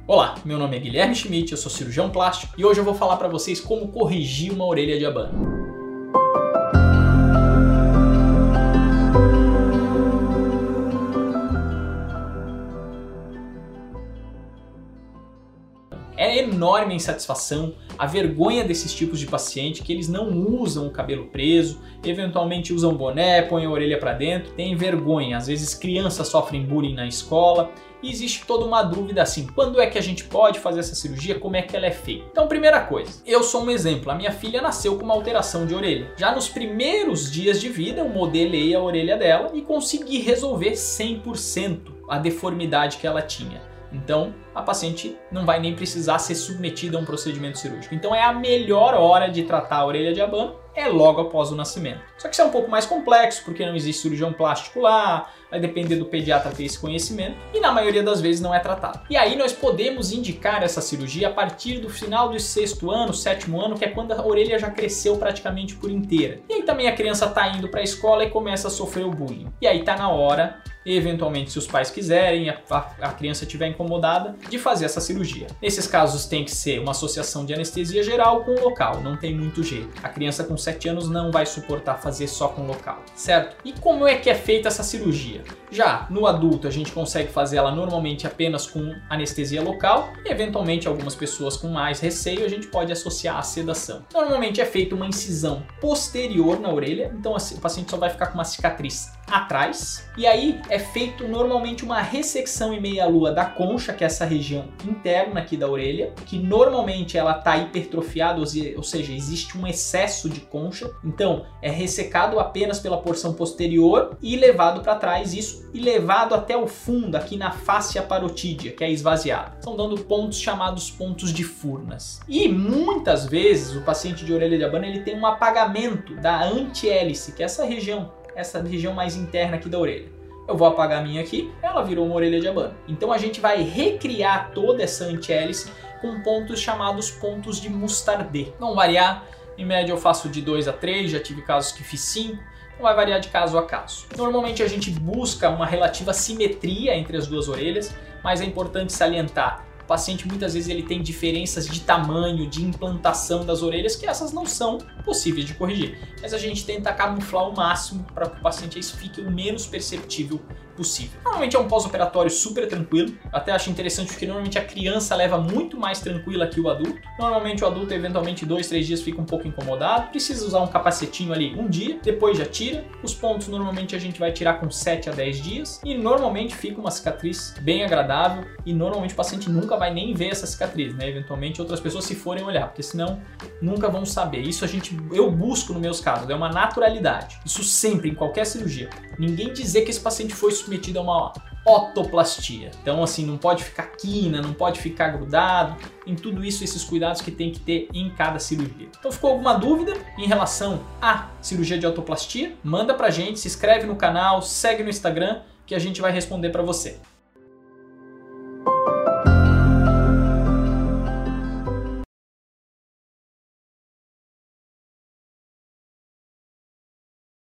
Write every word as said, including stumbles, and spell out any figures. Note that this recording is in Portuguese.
Olá, meu nome é Guilherme Schmidt, eu sou cirurgião plástico e hoje eu vou falar para vocês como corrigir uma orelha de abano. É enorme a insatisfação, a vergonha desses tipos de paciente que eles não usam o cabelo preso, eventualmente usam boné, põem a orelha para dentro, tem vergonha. Às vezes crianças sofrem bullying na escola e existe toda uma dúvida assim, quando é que a gente pode fazer essa cirurgia, como é que ela é feita? Então, primeira coisa, eu sou um exemplo, a minha filha nasceu com uma alteração de orelha. Já nos primeiros dias de vida eu modelei a orelha dela e consegui resolver cem por cento a deformidade que ela tinha. Então, a paciente não vai nem precisar ser submetida a um procedimento cirúrgico. Então é a melhor hora de tratar a orelha de abano, é logo após o nascimento. Só que isso é um pouco mais complexo, porque não existe cirurgião plástico lá, vai depender do pediatra ter esse conhecimento, e na maioria das vezes não é tratado. E aí nós podemos indicar essa cirurgia a partir do final do sexto ano, sétimo ano, que é quando a orelha já cresceu praticamente por inteira. E aí também a criança está indo para a escola e começa a sofrer o bullying. E aí está na hora, eventualmente, se os pais quiserem, a, a, a criança estiver incomodada, de fazer essa cirurgia. Nesses casos tem que ser uma associação de anestesia geral com local, não tem muito jeito. A criança com sete anos não vai suportar fazer só com local, certo? E como é que é feita essa cirurgia? Já no adulto a gente consegue fazer ela normalmente apenas com anestesia local e eventualmente algumas pessoas com mais receio a gente pode associar a sedação. Normalmente é feita uma incisão posterior na orelha, então assim, o paciente só vai ficar com uma cicatriz atrás e aí é feito normalmente uma ressecção em meia-lua da concha, que é essa região interna aqui da orelha, que normalmente ela está hipertrofiada, ou seja, existe um excesso de concha, então é ressecado apenas pela porção posterior e levado para trás isso e levado até o fundo aqui na fáscia parotídea, que é esvaziada. Estão dando pontos chamados pontos de Furnas. E muitas vezes o paciente de orelha de abano ele tem um apagamento da antihélice, que é essa região, essa região mais interna aqui da orelha. Eu vou apagar a minha aqui, ela virou uma orelha de abano. Então a gente vai recriar toda essa antihélice com pontos chamados pontos de Mustardé. Vão variar, em média eu faço de dois a três, já tive casos que fiz cinco, então vai variar de caso a caso. Normalmente a gente busca uma relativa simetria entre as duas orelhas, mas é importante salientar, o paciente muitas vezes ele tem diferenças de tamanho, de implantação das orelhas, que essas não são possíveis de corrigir. Mas a gente tenta camuflar o máximo para que o paciente isso fique o menos perceptível possível. Normalmente é um pós-operatório super tranquilo, eu até acho interessante porque normalmente a criança leva muito mais tranquila que o adulto. Normalmente o adulto eventualmente dois, três dias fica um pouco incomodado, precisa usar um capacetinho ali um dia, depois já tira. Os pontos normalmente a gente vai tirar com sete a dez dias e normalmente fica uma cicatriz bem agradável e normalmente o paciente nunca vai nem ver essa cicatriz, né? Eventualmente outras pessoas se forem olhar, porque senão nunca vão saber. Isso a gente, eu busco nos meus casos, é uma naturalidade. Isso sempre, em qualquer cirurgia. Ninguém dizer que esse paciente foi submetido a uma otoplastia. Então assim, não pode ficar quina, não pode ficar grudado, em tudo isso, esses cuidados que tem que ter em cada cirurgia. Então ficou alguma dúvida em relação à cirurgia de otoplastia? Manda pra gente, se inscreve no canal, segue no Instagram que a gente vai responder pra você.